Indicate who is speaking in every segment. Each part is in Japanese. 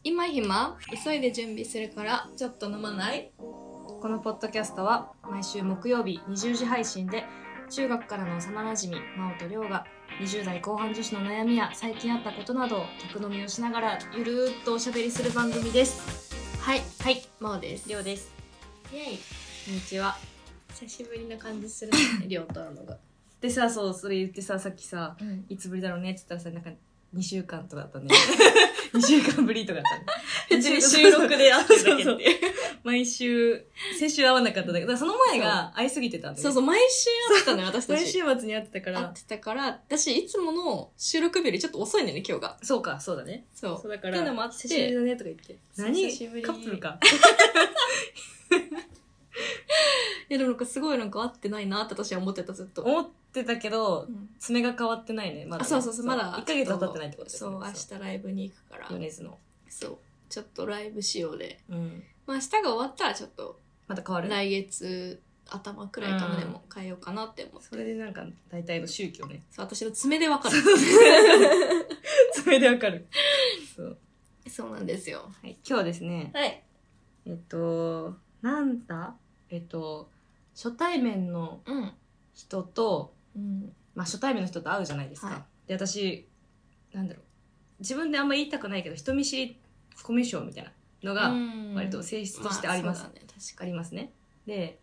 Speaker 1: 今暇急いで準備するからちょっと飲まない？
Speaker 2: このポッドキャストは毎週木曜日20時配信で、中学からの幼なじみ真央と亮が20代後半女子の悩みや最近あったことなどを宅飲みをしながらゆるーっとおしゃべりする番組です。
Speaker 1: はい、真央です。
Speaker 2: 亮です。
Speaker 1: イエイ。
Speaker 2: こんにちは。
Speaker 1: 久しぶりな感じするね、亮と会うのが。
Speaker 2: でさ、そう、それ言ってさ、さっきさ、
Speaker 1: うん
Speaker 2: いつぶりだろうねって言ったらさ、なんか2週間とかだったね。2週間ぶりとかだったね。
Speaker 1: 別に収録で会ってるだけって
Speaker 2: そうそう毎週、先週会わなかっただけど、その前が会いすぎてたんだよね。
Speaker 1: そうそう、毎週会ってたのよ、私たち。
Speaker 2: 毎週末に会ってたから。
Speaker 1: 会ってたから、私いつもの収録日よりちょっと遅いんだよね、今日が。
Speaker 2: そうか、そうだね。
Speaker 1: そう。
Speaker 2: そうだから、
Speaker 1: っていうのもあって
Speaker 2: 久しぶりだねとか言って。何
Speaker 1: 久しぶり
Speaker 2: カップルか。
Speaker 1: いやでもなんかすごいなんか会ってないなって私は思ってた、ずっと。
Speaker 2: 思ってたけど、
Speaker 1: うん
Speaker 2: 爪が変わってないね。まだね、
Speaker 1: そう、まだ。
Speaker 2: 1ヶ月は経ってないってことです
Speaker 1: そう、
Speaker 2: ね。
Speaker 1: 明日ライブに行くから。
Speaker 2: 米津の。
Speaker 1: そう。ちょっとライブ仕様で。
Speaker 2: うん。
Speaker 1: まあ明日が終わったらちょっと、
Speaker 2: また変わる。
Speaker 1: 来月頭くらいかもでも変えようかなって思って。
Speaker 2: それでなんか大体の宗教ね。
Speaker 1: そう、私の爪でわかる。
Speaker 2: 爪でわかる。そう。
Speaker 1: そうなんですよ。
Speaker 2: はい。今日はですね、
Speaker 1: はい。
Speaker 2: なんだ初対面の
Speaker 1: うん。
Speaker 2: 人と、
Speaker 1: うん。
Speaker 2: まあ初対面の人と会うじゃないですか。
Speaker 1: はい
Speaker 2: で、私、自分であんま言いたくないけど、人見知りコミュ障みたいなのが、割と性質としてあります。
Speaker 1: そうだね、確
Speaker 2: あ
Speaker 1: かに。
Speaker 2: りますね。で、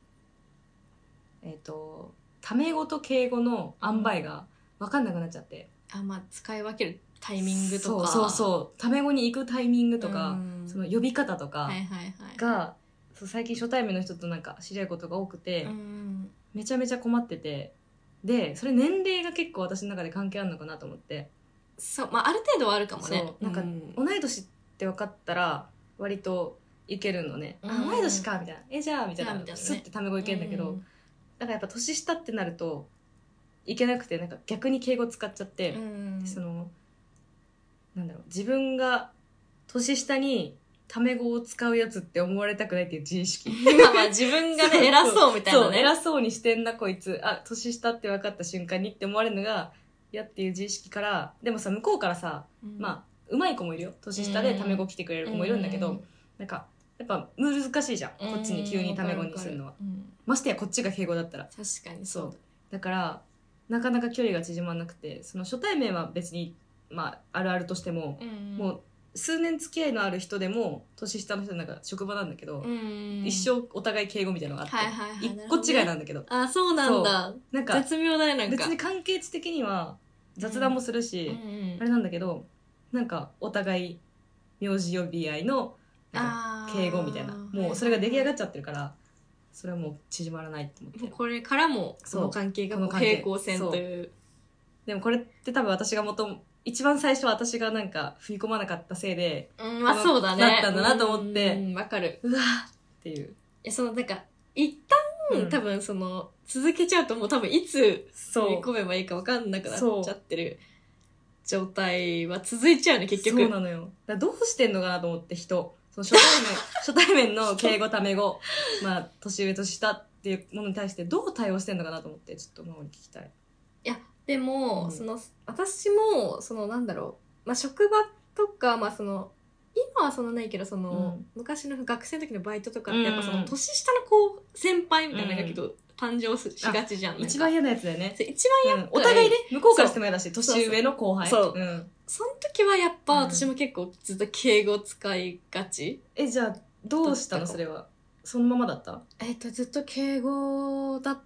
Speaker 2: タメ語と敬語の塩梅が分かんなくなっちゃって。
Speaker 1: あ、まあ使い分けるタイミングとか。
Speaker 2: そう。タメ語に行くタイミングとか、
Speaker 1: うん
Speaker 2: その呼び方とか
Speaker 1: はいはいはい。
Speaker 2: が、そう最近初対面の人となんか知り合うことが多くて、
Speaker 1: うん。
Speaker 2: めちゃめちゃ困ってて、で、それ年齢が結構私の中で関係あるのかなと思って。
Speaker 1: そう、まあある程度はあるかもね。
Speaker 2: そうなんか同い年って分かったら割といけるのね、
Speaker 1: うん
Speaker 2: あ同い年かみたいな、じゃあみたいな、
Speaker 1: じゃあみたいなね
Speaker 2: スッてタメ語いけるんだけど、
Speaker 1: うん
Speaker 2: だからやっぱ年下ってなるといけなくて、なんか逆に敬語使っちゃって、
Speaker 1: うん
Speaker 2: その自分が年下にタメ語を使うやつって思われたくないっていう自意識
Speaker 1: まあ自分がね、偉そうみたいなね。
Speaker 2: そう偉そうにしてんなこいつ、あ年下って分かった瞬間にって思われるのが嫌っていう自意識から。でもさ、向こうからさ、まあ上手い子もいるよ、年下でタメ語来てくれる子もいるんだけど、なんかやっぱ難しいじゃん、こっちに急にタメ語にするのは。ましてやこっちが敬語だったら。
Speaker 1: 確かにそう
Speaker 2: だからなかなか距離が縮まんなくて、その初対面は別にまああるあるとしても、もう数年付き合いのある人でも年下の人なんか職場なんだけど、一生お互い敬語みたいなのがあって、一個違いなんだけど、
Speaker 1: あ、そうなんだ。
Speaker 2: なんか
Speaker 1: 絶妙だね、なんか。
Speaker 2: 別に関係値的には雑談もするし、あれなんだけど、なんかお互い名字呼び合いのなんか敬語みたいな、もうそれが出来上がっちゃってるから、それはもう縮まらないって思って。
Speaker 1: これからもその関係が平行線という。
Speaker 2: でもこれって多分私が一番最初私がなんか踏み込まなかったせいで、
Speaker 1: まあそうだね。
Speaker 2: なったんだなと思って、
Speaker 1: わかる。
Speaker 2: うわーっていう。
Speaker 1: なんか、一旦、多分続けちゃうともう多分いつ踏み込めばいいか分かんなくなっちゃってる状態は続いちゃうね、結局。
Speaker 2: そうなのよ。だどうしてんのかなと思って、人。その初対面の敬語、タメ語、まあ、年上、年下っていうものに対してどう対応してんのかなと思って、ちょっとママに聞きたい。
Speaker 1: いや、でも、私も、まあ、職場とか、まあ、今はそんなないけど、昔の学生の時のバイトとかって、やっぱ年下の先輩みたいなのが結構誕生しがちじゃん。
Speaker 2: 一番嫌なやつだよね。
Speaker 1: 一番嫌
Speaker 2: お互いね、向こうからしても嫌だし、年上の後輩。
Speaker 1: そう。その時はやっぱ、私も結構ずっと敬語使いがち。
Speaker 2: じゃあ、どうしたのそれは。そのままだった？
Speaker 1: ずっと敬語だった。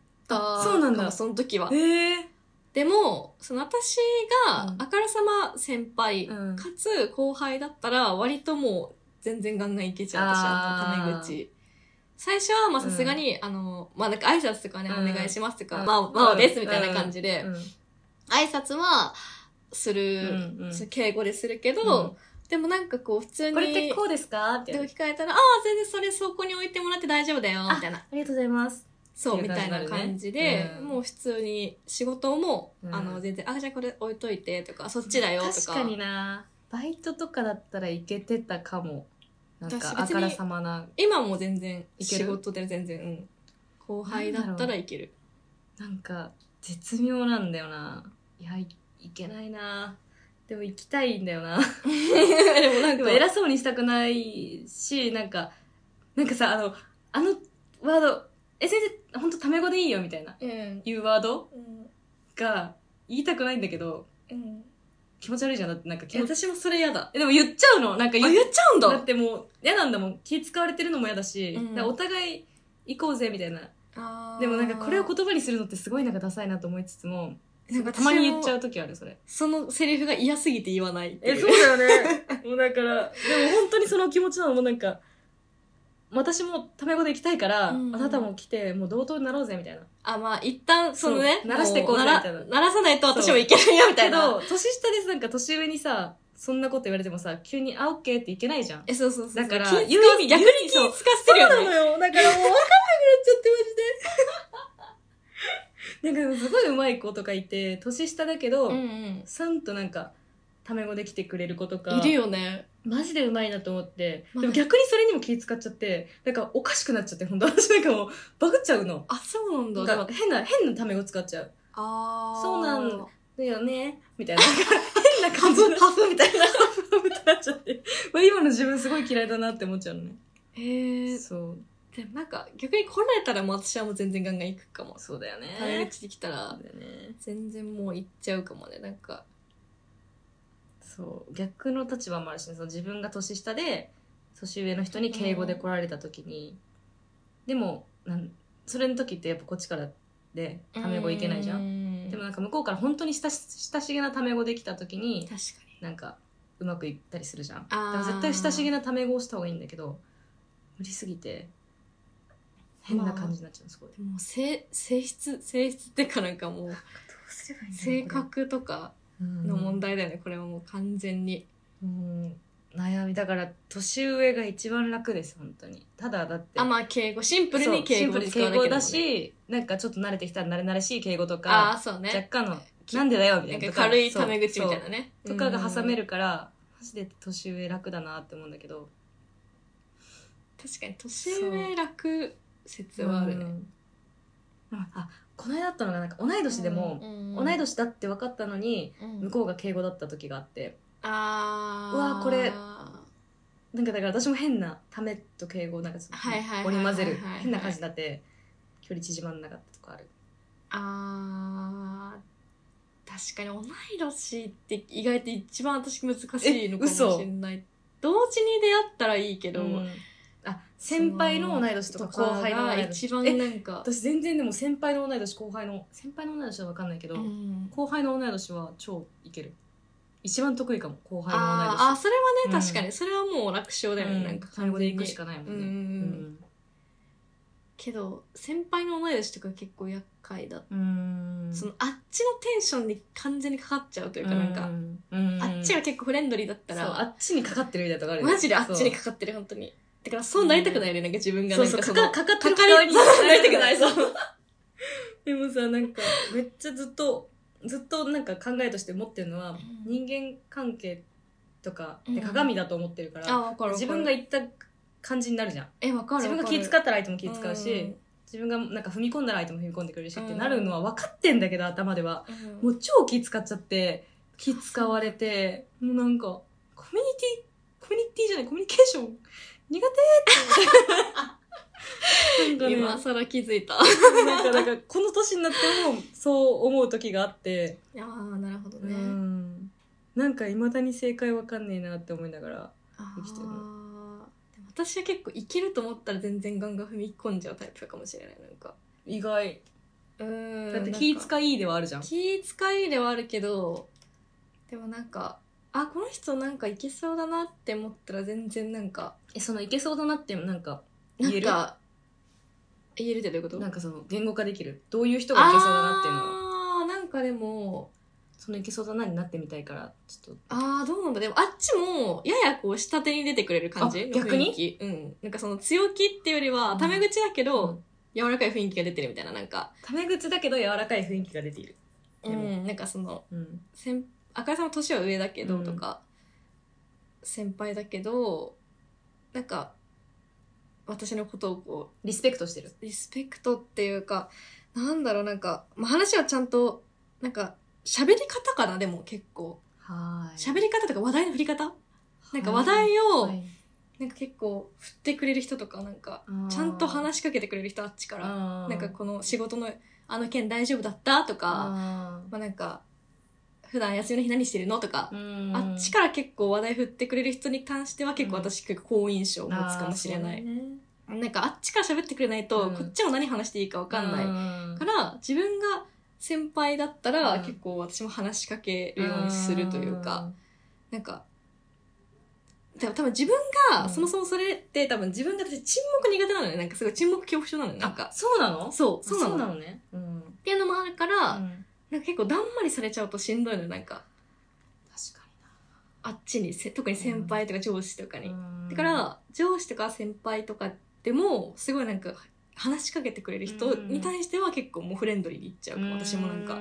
Speaker 2: そうなんだ。
Speaker 1: その時は。でも、私があからさま先輩、かつ後輩だったら、割ともう全然ガンガンいけちゃう、私はタメ口。最初はまあさすがに、まあなんか挨拶とかね、お願いしますとか、まあですみたいな感じで、挨拶はする、敬語でするけど、でもなんか普通に。
Speaker 2: これってこうですかって
Speaker 1: 聞かれたら、全然そこに置いてもらって大丈夫だよ、みたいな。
Speaker 2: ありがとうございます。
Speaker 1: そう、みたいな感じで、もう普通に仕事も、全然、じゃあこれ置いといて、とか、そっちだよ、とか。
Speaker 2: 確かにな。バイトとかだったらいけてたかも。なんか、あからさまな。
Speaker 1: 今も全然、仕事で全然、後輩だったらいける。
Speaker 2: なんか、絶妙なんだよな。いや、いけないな。 でも行きたいんだよな。
Speaker 1: でもなんか
Speaker 2: 偉そうにしたくないし、なんかさ、あのワード、先生、ほんとタメ語でいいよみたいな、いうワードが言いたくないんだけど、気持ち悪いじゃん。だってなんか
Speaker 1: 私もそれ嫌だ。
Speaker 2: でも言っちゃうの。なんか
Speaker 1: 言っちゃうんだ。
Speaker 2: だってもう嫌なんだもん。気使われてるのも嫌だし、お互い行こうぜみたいな。でもなんかこれを言葉にするのってすごいなんかダサいなと思いつつも、なんかたまに言っちゃう時ある、それ。
Speaker 1: そのセリフが嫌すぎて言わないっていう。
Speaker 2: そうだよね。もうだから、でも本当にその気持ちなのもなんか、私もタメ語で行きたいから、あなたも来て、もう同等になろうぜみたいな。
Speaker 1: まあ一旦そのね、
Speaker 2: 鳴らしていこうぜみたいな。
Speaker 1: 鳴らさないと私もいけないよみたいな。
Speaker 2: けど、年下でなんか年上にさ、そんなこと言われてもさ、急にオッケーっていけないじゃん。
Speaker 1: そうそうそう。
Speaker 2: だから、
Speaker 1: 逆に気使ってるよね。
Speaker 2: そうなのよ。だからもう分かんなくなっちゃってマジで。なんかすごい上手い子とかいて、年下だけど、さんとなんか、タメ語で来てくれる子とか。
Speaker 1: いるよね。
Speaker 2: マジで上手いなと思って。でも逆にそれにも気使っちゃって、なんかおかしくなっちゃって、ほんと私なんかもう、バグっちゃうの。
Speaker 1: そうなんだ。
Speaker 2: なんか変なタメ語使っちゃう。そうなんだよね。みたいな。変な感じの。
Speaker 1: ハフみたいな。
Speaker 2: ハフってなっちゃって。今の自分すごい嫌いだなって思っちゃうのね。そう。
Speaker 1: でもなんか逆に来られたらもう私はもう全然ガンガン行くかも。
Speaker 2: そうだよね。
Speaker 1: タメ口で来たら、全然もう行っちゃうかもね。なんか。
Speaker 2: そう。逆の立場もあるしね。その自分が年下で、年上の人に敬語で来られた時に、でも、それの時ってやっぱこっちからでタメ語いけないじゃん。でもなんか向こうから本当に親しげなタメ語できた時に、
Speaker 1: 確かに
Speaker 2: なんかうまくいったりするじゃん。だから絶対親しげなタメ語をした方がいいんだけど、無理すぎて変な感じになっちゃう。すごい。
Speaker 1: もう性質っていうかなんかもう性格とかの問題だよね。これはもう完全に。
Speaker 2: 悩みだから年上が一番楽です本当に。ただだって
Speaker 1: 敬語シンプルに敬語で使うだけだもんね。
Speaker 2: だし、なんかちょっと慣れてきたら慣れしい敬語とか、
Speaker 1: そうね、
Speaker 2: 若干のなんでだよみたいな、
Speaker 1: なんか軽いタメ口みたいなね
Speaker 2: とかが挟めるから、マジで年上楽だなって思うんだけど。
Speaker 1: 確かに年上楽説はあるね。
Speaker 2: この間あったのがなんか同い年でも、同い年だって分かったのに、向こうが敬語だった時があって、うわこれなんかだから私も変なためと敬語をなんか織り交ぜる変な感じになって距離縮まんなかったとかある。
Speaker 1: 確かに同い年って意外と一番私難しいのかもしれない。同時に出会ったらいいけど、
Speaker 2: 先輩の同い年とか後輩の同い
Speaker 1: 年一番なんか
Speaker 2: 私全然でも先輩の同い年後輩の同い年は分かんないけど、後輩の同い年は超いける。一番得意かも、後輩の同い年。
Speaker 1: それはね、確かにそれはもう楽勝だよね。なんか
Speaker 2: タメ語で行くしかないもんね。
Speaker 1: けど先輩の同い年とか結構厄介だ。そのあっちのテンションに完全にかかっちゃうというか、なんかあっちが結構フレンドリーだったら、
Speaker 2: あっちにかかってるみたいなとこあるよ
Speaker 1: ね。マジであっちにかかってる本当に。だからそうなりたくないよね。なんか自分がなんかその
Speaker 2: かかってる側にな
Speaker 1: りたくない。そう
Speaker 2: でもさ、なんかめっちゃずっとなんか考えとして持ってるのは、人間関係とかで鏡だと思ってるから、自分が言った感じになるじゃん。
Speaker 1: わかる。
Speaker 2: 自分が気使ったら相手も気使うし、自分がなんか踏み込んだら相手も踏み込んでくれるしってなるのは分かってんだけど、頭ではもう超気使っちゃって、気使われて、もうなんかコミュニティじゃないコミュニケーション苦手って
Speaker 1: 今更気づいた。
Speaker 2: なんかこの年になってもそう思う時があって、
Speaker 1: なるほどね。
Speaker 2: なんか未だに正解わかんねえなって思いながら生きてるの。
Speaker 1: でも私は結構いけると思ったら全然ガンガン踏み込んじゃうタイプかもしれない。なんか
Speaker 2: 意外。だって気遣いではあるじゃん。
Speaker 1: 気遣いではあるけど、でもなんかこの人なんかいけそうだなって思ったら全然なんか
Speaker 2: そのいけそうだなってなんか言える
Speaker 1: ってどういうこと？
Speaker 2: なんかその言語化できる、どういう人がいけそうだなっていうのは。
Speaker 1: なんかでも
Speaker 2: そのいけそうだなになってみたいからちょっと
Speaker 1: どうなんだ。でもあっちもややこう下手に出てくれる感じ。
Speaker 2: 逆に
Speaker 1: なんかその強気っていうよりはタメ口だけど、柔らかい雰囲気が出てるみたいな。なんか
Speaker 2: タメ口だけど柔らかい雰囲気が出ている。
Speaker 1: なんかその、あかりさんは年は上だけどとか、先輩だけどなんか私のことをこう
Speaker 2: リスペクトしてる。
Speaker 1: リスペクトっていうか、なんだろう、なんか、話はちゃんとなんか喋り方かな。でも結構喋り方とか話題の振り方、なんか話題を、なんか結構振ってくれる人とか、なんかちゃんと話しかけてくれる人、あっちから、なんかこの仕事のあの件大丈夫だったとか、まあなんか普段休みの日何してるのとか、あっちから結構話題振ってくれる人に関しては結構私結構好印象を持つかもしれない。なんかあっちから喋ってくれないと、こっちも何話していいか分かんないから、自分が先輩だったら、結構私も話しかけるようにするというか、なんか多分自分が、そもそもそれって多分自分が私沈黙苦手なのね。なんかすごい沈黙恐怖症なのね。なんか。
Speaker 2: そうなの？
Speaker 1: そう
Speaker 2: なのね。
Speaker 1: っていうのもあるから、なんか結構だんまりされちゃうとしんどいのよ。なんか。
Speaker 2: 確かに
Speaker 1: な。あっちに、特に先輩とか上司とかに。だから、上司とか先輩とかでも、すごいなんか、話しかけてくれる人に対しては結構もうフレンドリーにいっちゃう。私もなんか。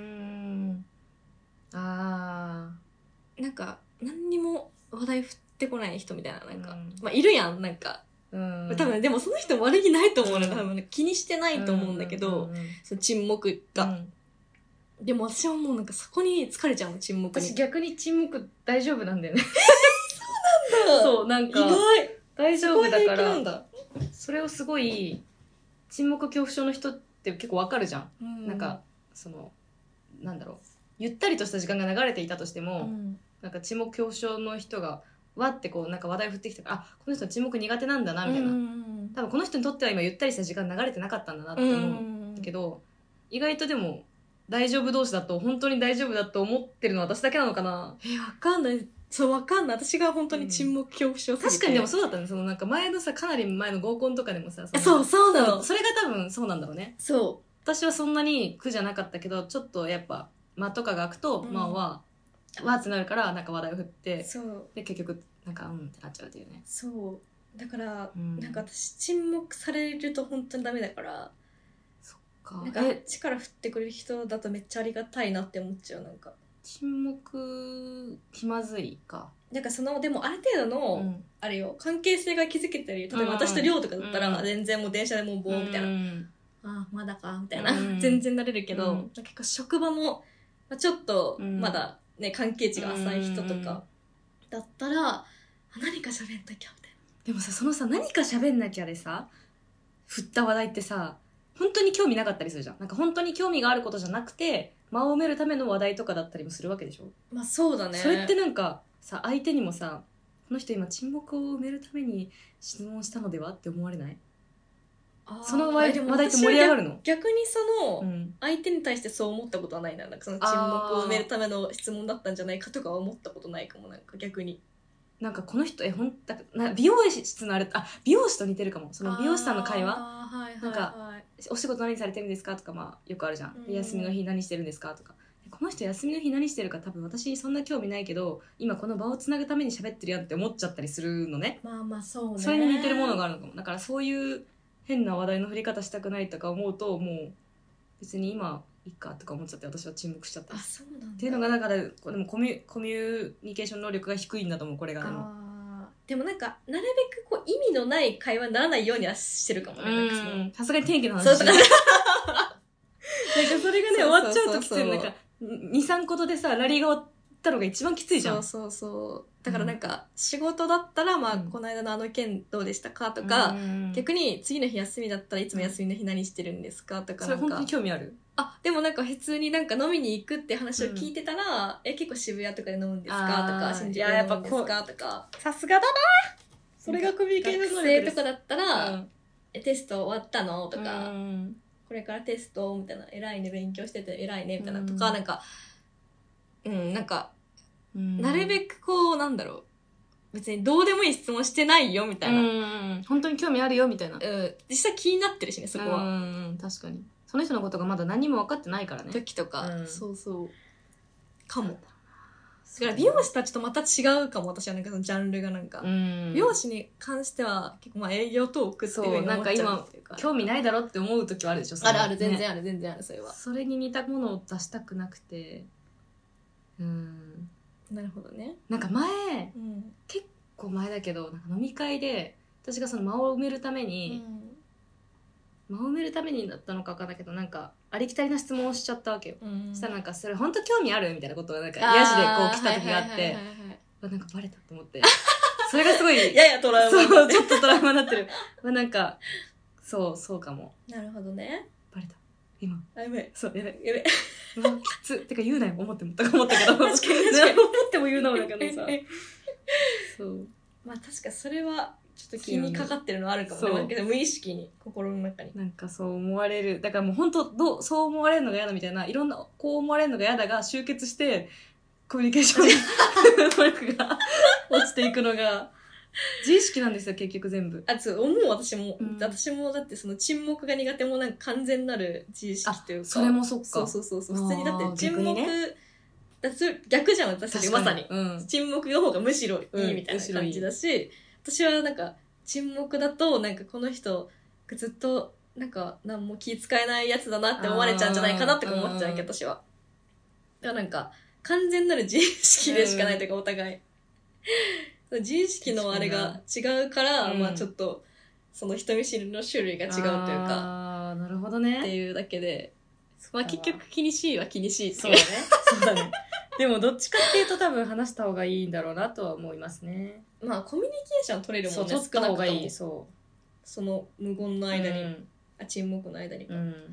Speaker 1: なんか、何にも話題振ってこない人みたいな、なんか、まあ、いるやん、なんか。多分、でもその人悪気ないと思うの、多分、気にしてないと思うんだけど、その沈黙が。でも私はもうなんかそこに疲れちゃうの、沈黙に。
Speaker 2: 私逆に沈黙大丈夫なんだよね。
Speaker 1: そうなんだ。
Speaker 2: そう、なんか、
Speaker 1: 意外。
Speaker 2: 大丈夫だから、それをすごい、沈黙恐怖症の人って結構わかるじゃん。なんか、その、なんだろう。ゆったりとした時間が流れていたとしても、なんか沈黙恐怖症の人がわってこうなんか話題振ってきたから、あ、この人は沈黙苦手なんだなみたいな、多分この人にとっては今ゆったりした時間流れてなかったんだなって思うんだけど、意外とでも大丈夫同士だと本当に大丈夫だと思ってるのは私だけなのかな。
Speaker 1: わかんない。そう、わかんない。私が本当に沈黙恐怖症すぎて、
Speaker 2: 確かにでもそうだったね。そのなんか前のさ、かなり前の合コンとかでもさ、
Speaker 1: そうなの。
Speaker 2: それが多分そうなんだろうね。
Speaker 1: そう。
Speaker 2: 私はそんなに苦じゃなかったけど、ちょっとやっぱ間とかが空くと、まあわーってなるから、なんか話題を振って、で結局なんかってなっちゃうっていうね。
Speaker 1: そうだから、なんか私沈黙されると本当にダメだから、そっか、なんか力振ってくれる人だとめっちゃありがたいなって思っちゃう。なんか
Speaker 2: 沈黙気まずいか。
Speaker 1: なんかでもある程度の、あれよ、関係性が築けてる。例えば私と亮とかだったら、全然もう電車でもうボーみたいな、あまだかみたいな、全然なれるけど、結構職場も、ちょっとまだね、関係値が浅い人とかだったら、何か喋んなきゃみたいな。
Speaker 2: でもさ、そのさ、何か喋んなきゃでさ、振った話題ってさ、本当に興味なかったりするじゃん。なんか本当に興味があることじゃなくて、間を埋めるための話題とかだったりもするわけでしょ。
Speaker 1: まあそうだね。
Speaker 2: それってなんかさ、相手にもさ、この人今沈黙を埋めるために質問したのではって思われない？その話題って盛り上がるの？
Speaker 1: 逆にその、相手に対してそう思ったことはないな。なんかその沈黙を埋めるための質問だったんじゃないかとかは思ったことないかも。なんか逆に。
Speaker 2: なんかこの人美容室の美容師と似てるかも。その美容師さんの会話、なんかお仕事何されてるんですかとか、まあよくあるじゃん。休みの日何してるんですかとか。この人休みの日何してるか多分私そんな興味ないけど、今この場をつなぐために喋ってるやんって思っちゃったりするのね。
Speaker 1: まあそうね。
Speaker 2: それに似てるものがあるのかも。だからそういう変な話題の振り方したくないとか思うと、もう別に今いいかとか思っちゃって、私は沈黙しちゃった。
Speaker 1: そうなんだ。
Speaker 2: っていうのがなんかでもコミュニケーション能力が低いんだと思う、これが。
Speaker 1: でもなんかなるべくこう意味のない会話にならないようにはしてるかもね。
Speaker 2: さすがに天気の話してる。なんかそれがね終わっちゃうときつい。なんか 2,3 個でさラリーが終わったのが一番きついじゃん。
Speaker 1: そうだからなんか仕事だったら、まあこの間のあの件どうでしたかとか、逆に次の日休みだったらいつも休みの日何してるんですかとか。
Speaker 2: それ本当に興味ある？
Speaker 1: でもなんか普通になんか飲みに行くって話を聞いてたら、結構渋谷とかで飲むんですかとか、新宿で飲むんですかとか。
Speaker 2: さすがだな。それがコミュニケーション能力です。
Speaker 1: 学生とかだったら、テスト終わったのとか、これからテストみたいな、偉いね、勉強してて偉いねみたいなとか、なんかなんか、なるべくこうなんだろう、別にどうでもいい質問してないよみたいな、
Speaker 2: 本当に興味あるよみたいな、
Speaker 1: 実際気になってるしね、そこは。
Speaker 2: 確かにその人のことがまだ何も分かってないからね、
Speaker 1: 時とか、そうかも。だから美容師たちとまた違うかも。私はなんかそのジャンルがなんか、美容師に関しては結構まあ営業トークっていう風に思っちゃうっていうか、なんか今興味ないだろって思う時はあるでしょ。 ある全然ある、全然ある。それは
Speaker 2: それに似たものを出したくなくて、
Speaker 1: なるほどね。
Speaker 2: なんか前、結構前だけど、なんか飲み会で私がその間を埋めるために、 間を埋めるためにだったのか分かんないけど、なんかありきたりな質問をしちゃったわけよ、そしたらなんかそれ本当興味あるみたいなことがなんかヤジでこう来た時があって、なんかバレたと思ってそれがすごい
Speaker 1: ややトラウマになってる。
Speaker 2: そう、ちょっとトラウマになってるなんかそうかも。
Speaker 1: なるほどね。
Speaker 2: バレた今。
Speaker 1: あ、やべえ。
Speaker 2: そう、やべえ。
Speaker 1: やべえ。
Speaker 2: うわ、きつ。てか言うなよ、思っても。とか思ったけど。
Speaker 1: 確かに確かに。
Speaker 2: 思っても言うなもだからさ。そう。
Speaker 1: まあ確かそれは、ちょっと気にかかってるのあるかもね。なんか無意識に、心の中に。
Speaker 2: なんかそう思われる。だからもう本当そう思われるのが嫌だみたいな、いろんな、こう思われるのが嫌だが集結して、コミュニケーション能力が落ちていくのが、自意識なんですよ、結局全部。
Speaker 1: そう思う、私も。私もだってその沈黙が苦手もなんか完全なる自意識というか。
Speaker 2: それもそっか。
Speaker 1: そう。普通にだって沈黙、逆じゃん、私たちまさに。沈黙の方がむしろいいみたいな感じだし、私はなんか沈黙だとなんかこの人ずっとなんか何も気遣えないやつだなって思われちゃうんじゃないかなって思っちゃうけど、私は。だからなんか完全なる自意識でしかないというか、お互い。自意識のあれが違うから、まあちょっと、その人見知りの種類が違うというか、
Speaker 2: なるほどね。
Speaker 1: っていうだけで、まあ結局気にしいは気にしいって
Speaker 2: いう。そうだね。でもどっちかっていうと多分話した方がいいんだろうなとは思いますね。
Speaker 1: まあコミュニケーション取れるもんね、
Speaker 2: 取った方がいい。そ
Speaker 1: の無言の間に、沈黙の間に。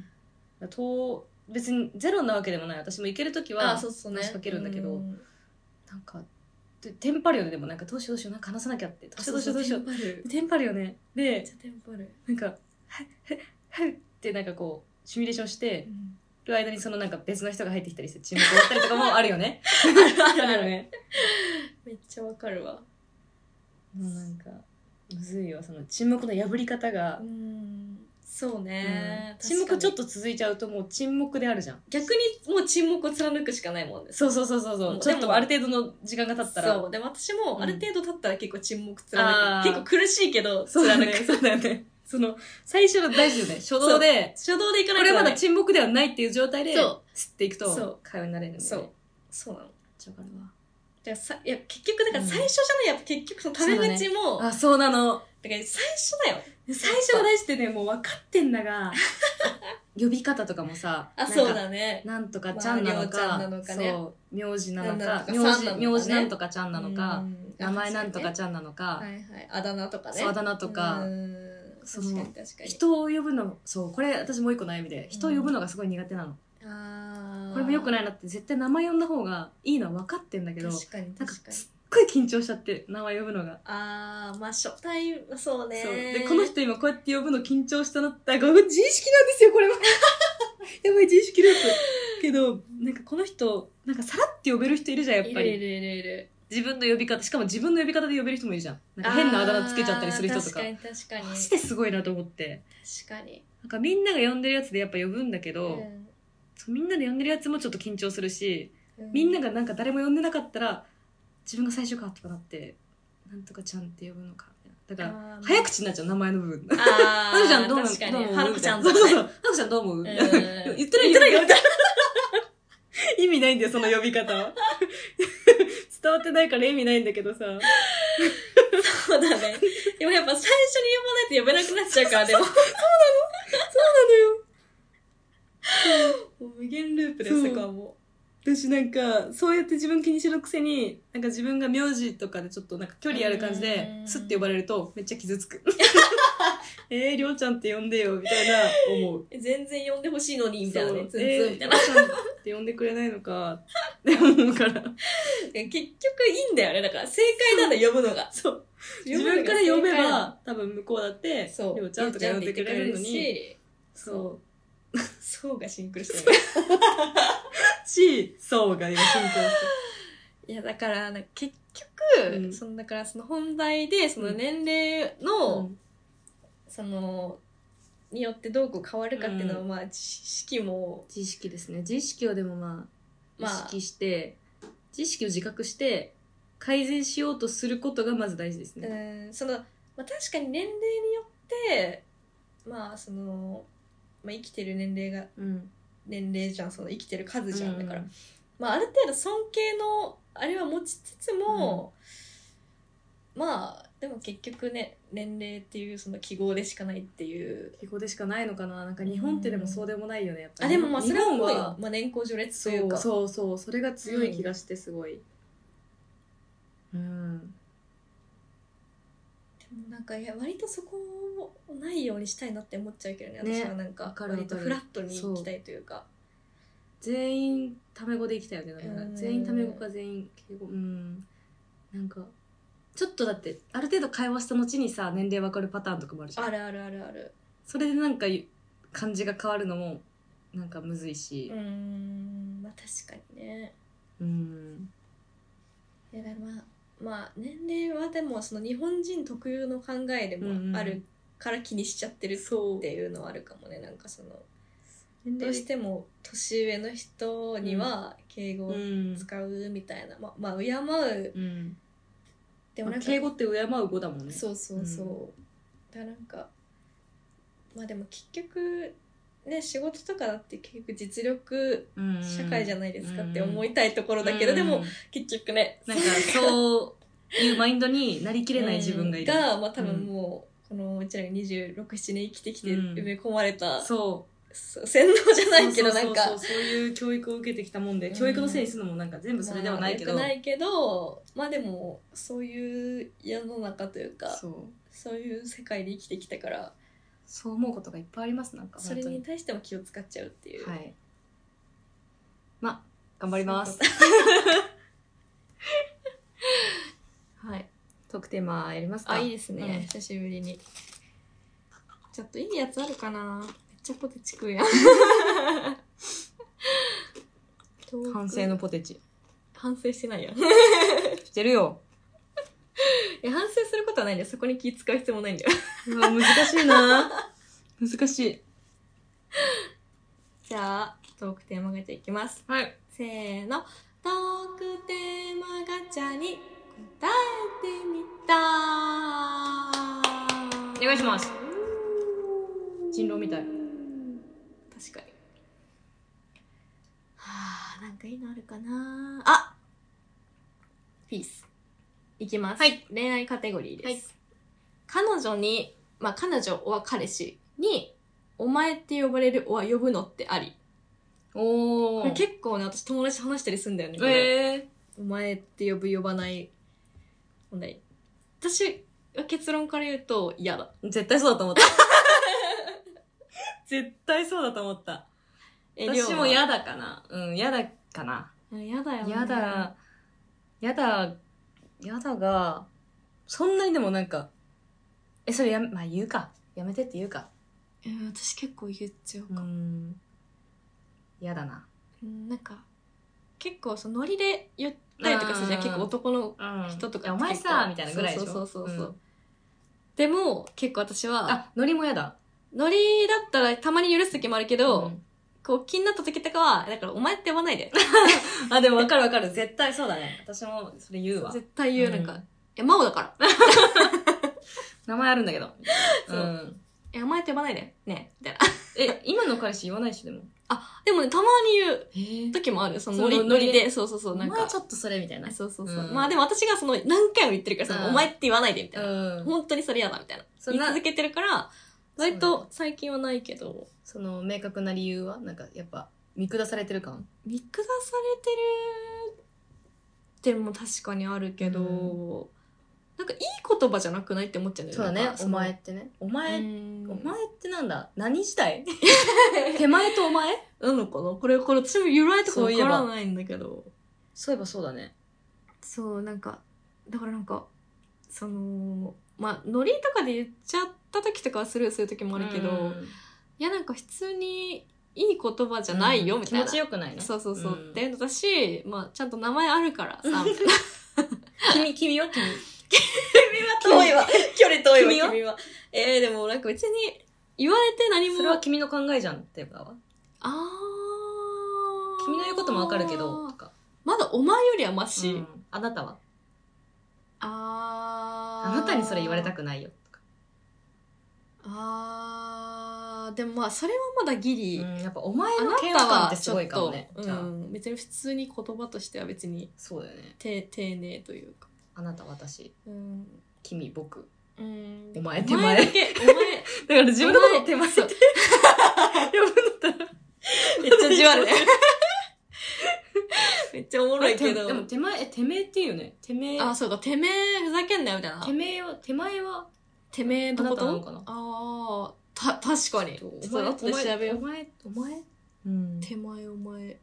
Speaker 2: 別にゼロなわけでもない。私も行けるときは話しかけるんだけど、なんか、テンパるよね。でもなんかどうしようなんか話さなきゃってどうしようテンパるよね。でなんかはいってなんかこうシミュレーションしてる間にそのなんか別の人が入ってきたりして沈黙終わったりとかもあるよね。あるよね。
Speaker 1: めっちゃわかるわ。
Speaker 2: もうなんかむずいよ、その沈黙の破り方が。
Speaker 1: そうね、
Speaker 2: 沈黙ちょっと続いちゃうともう沈黙であるじゃん。
Speaker 1: 逆にもう沈黙を貫くしかないもんね。
Speaker 2: そうちょっとある程度の時間が経ったら。
Speaker 1: そうでも私もある程度経ったら結構沈黙貫く、結構苦しいけど貫く。
Speaker 2: そうだよね。その最初の大事よね。初動で
Speaker 1: いかないと
Speaker 2: これまだ沈黙ではないっていう状態で吸っていくと会話になれるんだよね。
Speaker 1: そうなの。
Speaker 2: わかるわ。
Speaker 1: いや結局だから最初じゃない、やっぱ結局そのタメ口も、
Speaker 2: そうなの。
Speaker 1: だから最初だよ。
Speaker 2: 最初が大事ってね、もう分かってんだが呼び方とかもさ、
Speaker 1: そうだね。
Speaker 2: なんとかちゃんなのか、そう名字なのか、名字なんとかちゃんなのか、名前なんとかちゃんなのか、
Speaker 1: あだ名とかね。
Speaker 2: そうあだ名とか、
Speaker 1: その
Speaker 2: 人を呼ぶの、そうこれ私もう一個悩みで、人を呼ぶのがすごい苦手なの。これも良くないなって、絶対名前呼んだ方がいいのは分かってんだけど、
Speaker 1: 確かに
Speaker 2: すっごい緊張しちゃって名前呼ぶのが。
Speaker 1: まあ初対、そうね。
Speaker 2: でこの人今こうやって呼ぶの緊張したなって、自意識なんですよこれは。やばい、自意識ループ。けどなんかこの人なんかさらって呼べる人いるじゃん、やっぱり。
Speaker 1: いる。
Speaker 2: 自分の呼び方、しかも自分の呼び方で呼べる人もいるじゃん。なんか変なあだ名つけちゃったりする人とか。
Speaker 1: 確かに。
Speaker 2: マジですごいなと思って。
Speaker 1: 確かに。
Speaker 2: なんかみんなが呼んでるやつでやっぱ呼ぶんだけど、みんなで呼んでるやつもちょっと緊張するし、みんながなんか誰も呼んでなかったら自分が最初かとかなって、なんとかちゃんって呼ぶのか。だから早口になっちゃう、名前の部分。はるちゃんどう思う？
Speaker 1: はるこちゃん
Speaker 2: とかね。はるこちゃんどう思う？言ってないよみたいな。意味ないんだよ、その呼び方は。伝わってないから意味ないんだけどさ。
Speaker 1: そうだね。でもやっぱ最初に呼ばないと呼べなくなっちゃうから、でも。そうなのよ。もう無限ループです、そこはも
Speaker 2: う。私なんか、そうやって自分気にしろくせに、なんか自分が名字とかでちょっとなんか距離ある感じで、スッて呼ばれるとめっちゃ傷つく。りょうちゃんって呼んでよ、みたいな思う。
Speaker 1: 全然呼んでほしいのに、みたいなね。ツンツンみたいな。
Speaker 2: りょうちゃんって呼んでくれないのか、って思うから。
Speaker 1: 結局いいんだよね。だから正解なんだ、呼ぶのが。
Speaker 2: そう。自分から呼べば、多分向こうだって、りょうちゃんとか呼んでくれるのに、
Speaker 1: そう。そうがシンクルしてる。
Speaker 2: そうが今シンクルしてる。
Speaker 1: いや、だから、結局、だからその本題で、その年齢の、によってどうこう変わるかっていうのは、まあ、知識
Speaker 2: ですね。自意識をでもまあ、意識して、自意識を自覚して、改善しようとすることがまず大事ですね。
Speaker 1: まあ、確かに年齢によって、まあ、生きてる年齢が、年齢じゃん、生きてる数じゃん。だから、まあ、ある程度尊敬の、あれは持ちつつも、まあ、 でも結局ね年齢っていうその記号でしかないっていう
Speaker 2: 記号でしかないのかな。なんか日本ってでもそうでもないよねやっぱり。
Speaker 1: でもまあそれは
Speaker 2: 日本は、
Speaker 1: まあ、年功序列というか
Speaker 2: そうそれが強い気がしてすごい、でも
Speaker 1: なんか割とそこないようにしたいなって思っちゃうけどね私はなんか割とフラットに行きたいというか
Speaker 2: 全員タメ語で行きたいよね。なんか全員タメ語か全員敬語。なんかちょっとだってある程度会話した後にさ年齢わかるパターンとかもあるじゃん。
Speaker 1: あるあるあるある。そ
Speaker 2: れでなんか感じが変わるのもなんかむずいし。
Speaker 1: まあ確かにね。いやまあ年齢はでもその日本人特有の考えでもあるから気にしちゃってるっていうのはあるかもね。なんかそのどうしても年上の人には敬語を使うみたいな、まあ敬う、
Speaker 2: でもなんか敬語って敬う語だもんね。
Speaker 1: そう、だからなんかまあでも結局ね仕事とかだって結局実力社会じゃないですかって思いたいところだけど、でも結局ね
Speaker 2: なんかそういうマインドになりきれない自分がいる
Speaker 1: まあ多分もうこのうちらが26、7年生きてきて埋め込まれた、洗脳じゃないけどなんか
Speaker 2: そういう教育を受けてきたもんで、教育のせいにするのもなんか全部それではないけど、
Speaker 1: まあ、ないけどまあでもそういう世の中というかそういう世界で生きてきたから
Speaker 2: そう思うことがいっぱいあります。なんか
Speaker 1: それに対しても気を使っちゃうっていう。
Speaker 2: はい。まあ頑張ります。はい。トークテーマやりますか。
Speaker 1: いいですね、久しぶりに。ちょっといいやつあるかな。めっちゃポテチ食うやん。
Speaker 2: 反省のポテチ。
Speaker 1: 反省してないやん。
Speaker 2: してるよ。
Speaker 1: 反省することはないんだよ。そこに気使う必要もないんだよ。
Speaker 2: 難しいな。難しい。
Speaker 1: じゃあトークテーマガチャいきます。
Speaker 2: はい。
Speaker 1: せーの。トークテーマガチャに答えてみた。
Speaker 2: お願いします。人狼みたい。
Speaker 1: 確かに。なんかいいのあるかな。ピース。いきます。
Speaker 2: はい。
Speaker 1: 恋愛カテゴリーです。はい、彼女は彼氏にお前って呼ばれるは呼ぶのってあり。これ結構ね私友達と話したりするんだよね。これお前って呼ぶ呼ばない問題。私は結論から言うと嫌だ。
Speaker 2: 絶対そうだと思った。絶対そうだと思った。私も嫌だかな。嫌だかな。
Speaker 1: 嫌だよね。
Speaker 2: 嫌だが、そんなにでもなんか、それまあ言うか。やめてって言うか。
Speaker 1: 私結構言っちゃうか。
Speaker 2: 嫌だな。
Speaker 1: なんか、結構そのノリで言ったりとかするじゃん。結構男の人とか
Speaker 2: お前さみたいなぐらいでしょ。
Speaker 1: そう。でも、結構私は、
Speaker 2: ノリも嫌だ。
Speaker 1: ノリだったらたまに許す時もあるけど、こう気になった時とかは、だからお前って呼ばないで。
Speaker 2: でも分かる。絶対そうだね。私もそれ言うわ。
Speaker 1: 絶対言う。なんか、真央だから。
Speaker 2: 名前あるんだけど。
Speaker 1: お前って呼ばないで。ねみたいな。
Speaker 2: 今の彼氏言わないし、でも。
Speaker 1: でもね、たまに言う時もある。そのノリで。そう。なんか。
Speaker 2: お前ちょっとそれみたいな。
Speaker 1: そう。まあでも私がその何回も言ってるからさ、お前って言わないでみたいな。本当にそれ嫌だみたいな。言い続けてるから、割と最近はないけど。
Speaker 2: その明確な理由はなんかやっぱ見下されてる感？
Speaker 1: 見下されてるっても確かにあるけど、なんかいい言葉じゃなくないって思っちゃうんだよね。
Speaker 2: そうだね。お前ってね。お前ってなんだ？何時代？手前とお前
Speaker 1: なのかな。これ私も由来とかわからないんだけど。
Speaker 2: そういえばそうだね。
Speaker 1: そう、なんかだからなんかそのまあノリとかで言っちゃった時とかはスルーする時もあるけど、いやなんか普通にいい言葉じゃないよみたいな。
Speaker 2: 気持ちよくないね。
Speaker 1: そう。っていうのだし、まあちゃんと名前あるからさみたいな。
Speaker 2: 君は
Speaker 1: 遠いわ。距離遠いわ。君は。でもなんか別に言われて何も。
Speaker 2: それは君の考えじゃんっていうか。君の言うこともわかるけどとか。
Speaker 1: まだお前よりはマシ。
Speaker 2: あなたはあなたにそれ言われたくないよとか。
Speaker 1: でもまあそれはまだギリ。
Speaker 2: やっぱお前の嫌悪感ってすごいかもね。
Speaker 1: 別に普通に言葉としては別に。
Speaker 2: そうだよね。
Speaker 1: 丁寧というか。
Speaker 2: あなた私。 君、僕。
Speaker 1: お
Speaker 2: 前
Speaker 1: だけ、お前。
Speaker 2: だから自分のことを手前って呼ぶんだったら。
Speaker 1: めっちゃじわるね。めっちゃおもろいけど。
Speaker 2: でもてめえっていうよね。てめえ。
Speaker 1: あ、そうか、てめえふざけんなよみたいな。
Speaker 2: 手前は、
Speaker 1: てめえのこと
Speaker 2: あなたなのかな。
Speaker 1: ああ、確かに。
Speaker 2: お前、
Speaker 1: 後で調べよう。
Speaker 2: お前、うん。
Speaker 1: 手前お前。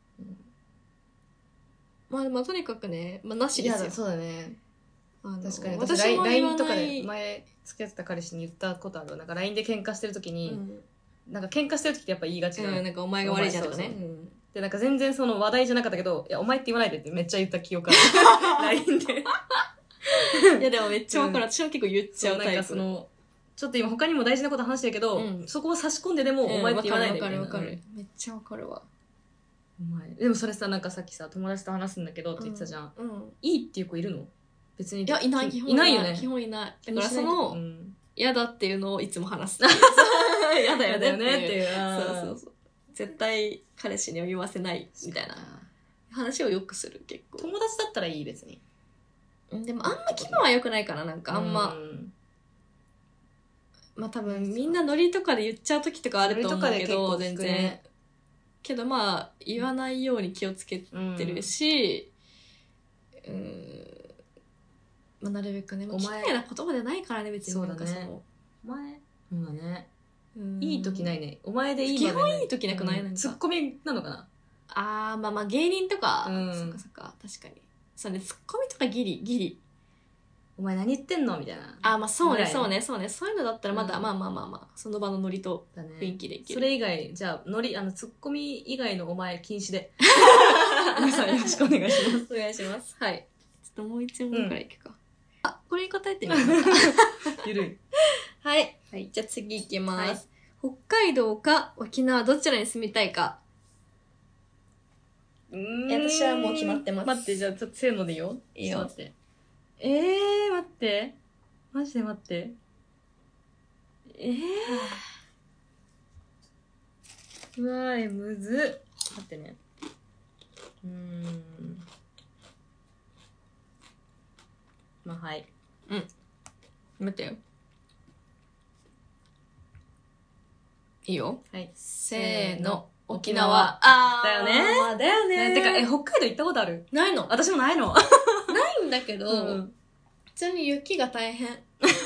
Speaker 1: まあ、とにかくね、なしですよ。
Speaker 2: そうだね。確かに
Speaker 1: 私も
Speaker 2: LINE とかで前付き合ってた彼氏に言ったことある。なんか LINE で喧嘩してる時に、なんか喧嘩してる時ってやっぱ言いがちじゃない。
Speaker 1: なんかお前が悪いじゃんとかね。
Speaker 2: で、なんか全然その話題じゃなかったけど、いや、お前って言わないでってめっちゃ言った記憶ある。LINE で。
Speaker 1: いやでもめっちゃわかる。私も結構言っちゃうタイプ。
Speaker 2: なんかその、ちょっと今他にも大事なこと話してるけど、そこを差し込んででもお前って言わないでみたいな。
Speaker 1: わかる。めっちゃわかるわ。
Speaker 2: お前。でもそれさ、なんかさっきさ、友達と話すんだけどって言ってたじゃん。いいっていう子いるの？別に。
Speaker 1: いや、いない、基本
Speaker 2: いないよね。
Speaker 1: 基本いない。だからその、嫌だっていうのをいつも話す。嫌だよねっていう。そう。絶対彼氏には言わせないみたいな話をよくする、結構。
Speaker 2: 友達だったらいい、別に。
Speaker 1: でもあんま気分は良くないかな、なんかあんま。まあ多分みんなノリとかで言っちゃう時とかあると思うけど、全然。けどまあ言わないように気をつけてるし、まあ、なるべくね、綺麗な言葉じゃないからね、別に。なんかその。
Speaker 2: お前だね。いい時ないね。お前でいい
Speaker 1: 基本いい時なくない？なんか
Speaker 2: ツッコミなのかな。
Speaker 1: まあ芸人とか、そっか、確かに。そうね、ツッコミとかギリ。
Speaker 2: お前何言ってんのみたいな。
Speaker 1: まあそうね。そういうのだったらまだ、まあ、その場のノリと雰囲気でいける。
Speaker 2: それ以外、じゃあ、ツッコミ以外のお前禁止で。皆さんよろしくお願いします。
Speaker 1: お願いします。はい。ちょっともう一問くらいいくか。これに答えてみようか。
Speaker 2: ゆるい。
Speaker 1: はい。じゃあ次行きます。北海道か沖縄どちらに住みたいか。私はもう決まってます。
Speaker 2: 待って、じゃあちょっとせーのでいいよ。
Speaker 1: いいよ。待って。
Speaker 2: 待って。マジで待って。うわー、むずっ。待ってね。まあ、はい。
Speaker 1: 待ってよ。いいよ。
Speaker 2: はい。
Speaker 1: せーの。沖縄。
Speaker 2: だよね。
Speaker 1: だよね。
Speaker 2: てか、北海道行ったことある？
Speaker 1: ないの。
Speaker 2: 私もないの。
Speaker 1: ないんだけど、普通に雪が大変。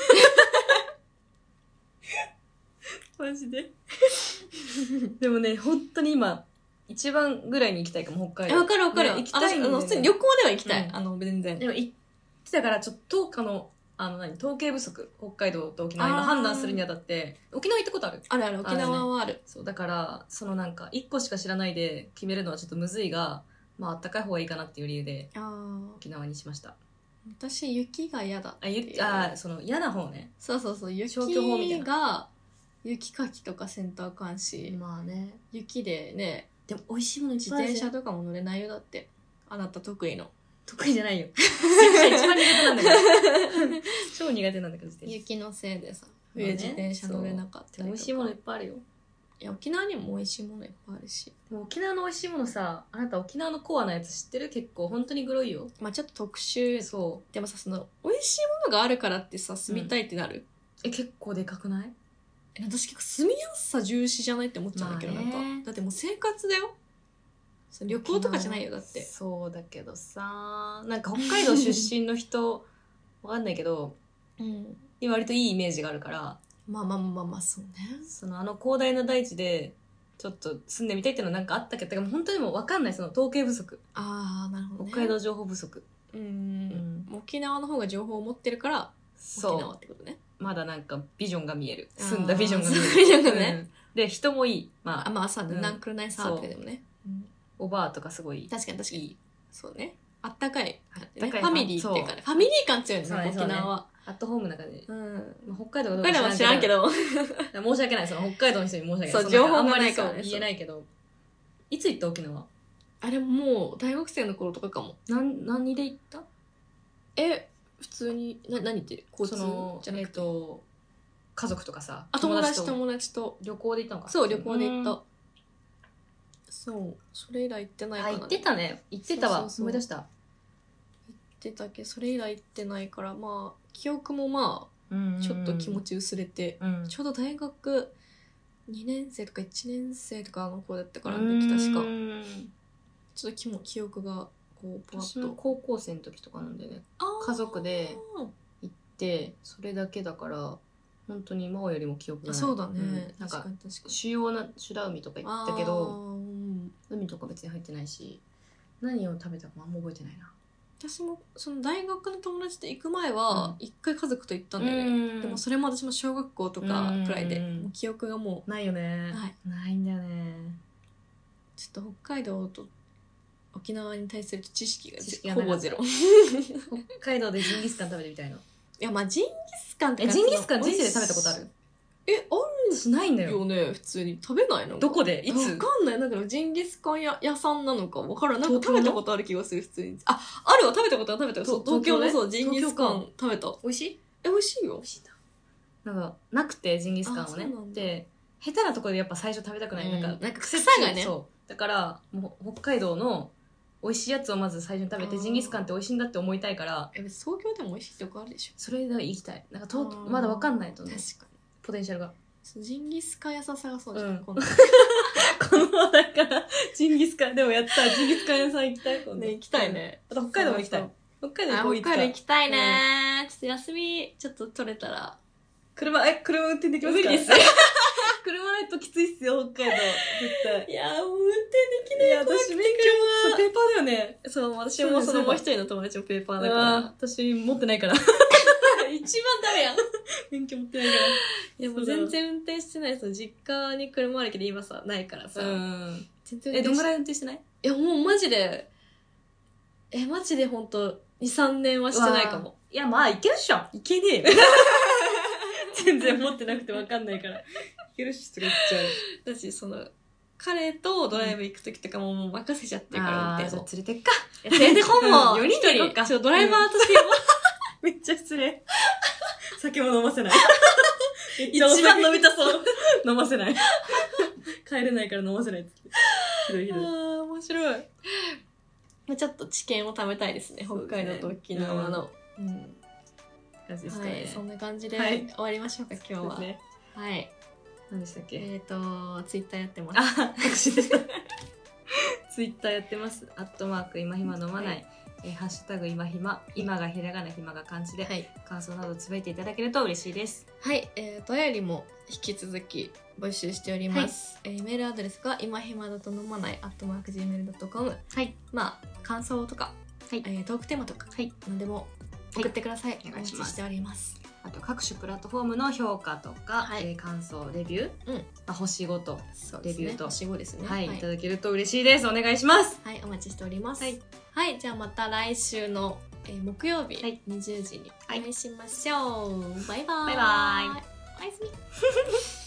Speaker 2: マジで。でもね、本当に今、一番ぐらいに行きたいかも、北海道。
Speaker 1: わかる。
Speaker 2: 行きたいんだよね。
Speaker 1: 普通に旅行では行きたい。全然。
Speaker 2: でも行ってたから、ちょっと、統計不足、北海道と沖縄今判断するにあたって、沖縄行ったことある？
Speaker 1: ある、沖縄はある。
Speaker 2: そう、だから、一個しか知らないで決めるのはちょっとむずいが、まあ、あったかい方がいいかなっていう理由で、沖縄にしました。
Speaker 1: 私、雪が嫌だ。
Speaker 2: 嫌な方ね。
Speaker 1: そう、雪
Speaker 2: 消去法みたいな。
Speaker 1: が、雪かきとかせんとあかんし、
Speaker 2: まあね。
Speaker 1: 雪でね、
Speaker 2: でも美味しいもの
Speaker 1: 自転車とかも乗れないよ、だって。あなた得意の。
Speaker 2: 得意じゃないよ。一番苦手なんだけど。超苦手なんだけど、
Speaker 1: 雪のせいでさ、冬自転車乗れなかったりとか。
Speaker 2: 美味しいものいっぱいあるよ。
Speaker 1: いや、沖縄にも美味しいものいっぱいあるし。
Speaker 2: でも沖縄の美味しいものさ、あなた沖縄のコアなやつ知ってる？結構本当にグロいよ。
Speaker 1: まあちょっと特殊。
Speaker 2: そう。
Speaker 1: でもさ、美味しいものがあるからってさ、住みたいってなる？
Speaker 2: 結構でかくない？
Speaker 1: 私結構住みやすさ重視じゃないって思っちゃうんだけど、なんか。だってもう生活だよ。旅行とかじゃないよ、だって。
Speaker 2: そうだけどさ、なんか北海道出身の人、わかんないけど、割といいイメージがあるから。
Speaker 1: まあ、そうね。
Speaker 2: 広大な大地で、ちょっと住んでみたいっていうのはなんかあったけど、本当にもうわかんない、統計不足。
Speaker 1: なるほどね。
Speaker 2: 北海道情報不足。
Speaker 1: 沖縄の方が情報を持ってるから、沖縄ってことね。
Speaker 2: まだなんかビジョンが見える。住んだビジョンが見える。
Speaker 1: ビジョンがね。
Speaker 2: で、人もいい。
Speaker 1: まあさ、ナンクルナイサーとかでもね。
Speaker 2: おばあとかすごい。
Speaker 1: 確かに。そうね。あったかい。ファミリーっていうかね。ファミリー感強いね、沖縄は。
Speaker 2: アットホームの中で。北海道
Speaker 1: は知らんけど。
Speaker 2: 申し訳ない。北海道の人に申し訳ない。
Speaker 1: そう、情報がないから
Speaker 2: 言えないけど。いつ行った沖縄？
Speaker 1: あれもう大学生の頃とかかも。
Speaker 2: 何で行った？
Speaker 1: 普通に、何って交通じゃなくて。
Speaker 2: 家族とかさ。
Speaker 1: 友達と。
Speaker 2: 旅行で行ったのか？
Speaker 1: そう、旅行で行った。そう、それ以来行ってないかな。
Speaker 2: 行ってたね。行ってたわ。思い出した。
Speaker 1: 行っってたけどそれ以来行ってないから、まあ記憶もまあちょっと気持ち薄れて、ちょうど大学2年生とか1年生とかの子だったからね、確かちょっと記憶がこうポワッと。
Speaker 2: 私も高校生の時とかなんでね、家族で行ってそれだけだから本当に真央よりも記憶がない。
Speaker 1: そうだね、
Speaker 2: なんか
Speaker 1: 確かに
Speaker 2: 主要な修羅海とか行ったけど、海とか別に入ってないし何を食べたかもあんま覚えてないな。
Speaker 1: 私もその大学の友達と行く前は一回家族と行ったんだよね、でもそれも私も小学校とかくらいで、もう記憶がもう
Speaker 2: ないよね。ないんだよね。
Speaker 1: ちょっと北海道と沖縄に対する知識がほぼゼロ。
Speaker 2: 北海道でジンギスカン食べてみたいの。い
Speaker 1: や、まあジンギスカンって
Speaker 2: ジンギスカン人生で食べたことある？
Speaker 1: ある
Speaker 2: ないんだよ
Speaker 1: ね。普通に食べないの？
Speaker 2: どこでいつ？
Speaker 1: わかんない。なんかジンギスカン屋さんなのかわからん。なんか食べたことある気がする、普通に。あるわ、食べたことは食べたよ。東京のそうジンギスカン食べた。
Speaker 2: 美味しい？
Speaker 1: 美味しいよ。
Speaker 2: 美味しいな。なんかなくてジンギスカンをね。で下手なところでやっぱ最初食べたくない。なんか
Speaker 1: 草がね。
Speaker 2: そう。だからもう北海道の美味しいやつをまず最初に食べて、ジンギスカンって美味しいんだって思いたいから。
Speaker 1: 東京でも美味しいとこあるでしょ。
Speaker 2: それで行きたい。なんかまだ分かんないとね。
Speaker 1: 確かに。
Speaker 2: ポテンシャルが。
Speaker 1: ジンギスカン屋さん探そうじゃん。この
Speaker 2: だからジンギスカンでもやったらジンギスカン屋さん行きたい。
Speaker 1: ね、行きたいね。
Speaker 2: あと北海道も行きたい。北海道
Speaker 1: 行きたいね。ちょっと休みちょっと取れたら。
Speaker 2: 車運転できますか？無理です。車ないときついっすよ、北海道。絶対。
Speaker 1: いやー、もう運転できない。
Speaker 2: 私免許はペーパーだよね。
Speaker 1: そう、私もそのもう一人の友達もペーパーだから。
Speaker 2: 私持ってないから。
Speaker 1: 一番ダメやん。
Speaker 2: 免許持ってないから。
Speaker 1: いや、もう全然運転してない。実家に車あるけど今さ、ないからさ。
Speaker 2: 全然どんぐらい運転してない？
Speaker 1: いや、もうマジで、マジでほんと、2、3年はしてないかも。
Speaker 2: いや、まあ、いけるっしょ。
Speaker 1: いけねえよ。
Speaker 2: 全然持ってなくてわかんないから。いけるし、とか言っちゃう。
Speaker 1: だし、彼とドライブ行くときとかもう任せちゃってるから、運転を。
Speaker 2: 連れてっか。
Speaker 1: 連れてこんもん。
Speaker 2: 4人で行こうか。
Speaker 1: ドライバーとして
Speaker 2: めっちゃ失礼。酒も飲ませない。
Speaker 1: 一番飲みたそう。
Speaker 2: 飲ませない。帰れないから飲ませないっつって。ひどいひどい。
Speaker 1: 面白い。ちょっと知見を食べたいですね。北海道と沖縄の。
Speaker 2: 感じですかね。
Speaker 1: はい、そんな感じで終わりましょうか、今日は。はい。
Speaker 2: 何でしたっけ？
Speaker 1: ツイッターやってます。
Speaker 2: 拍手でした。ツイッターやってます。@今暇飲まない。ハッシュタグ今暇。今がひらがな、暇が漢字で、感想などつぶやいていただけると嬉しいです。
Speaker 1: はい。お便りも引き続き募集しております。メールアドレスが今暇だと飲まない。@gmail.com。はい。まあ、感想とか、トークテーマとか、何でも送ってください。お待ちしております。
Speaker 2: あと各種プラットフォームの評価とか、感想、レビュー、星5とレビューと
Speaker 1: 星5ですね。
Speaker 2: いただけると嬉しいです。お願いします。
Speaker 1: はい、お待ちしております。はい、じゃあまた来週の木曜日20時にお会いしましょう。バイバイ。
Speaker 2: バイバイ。
Speaker 1: おやすみ。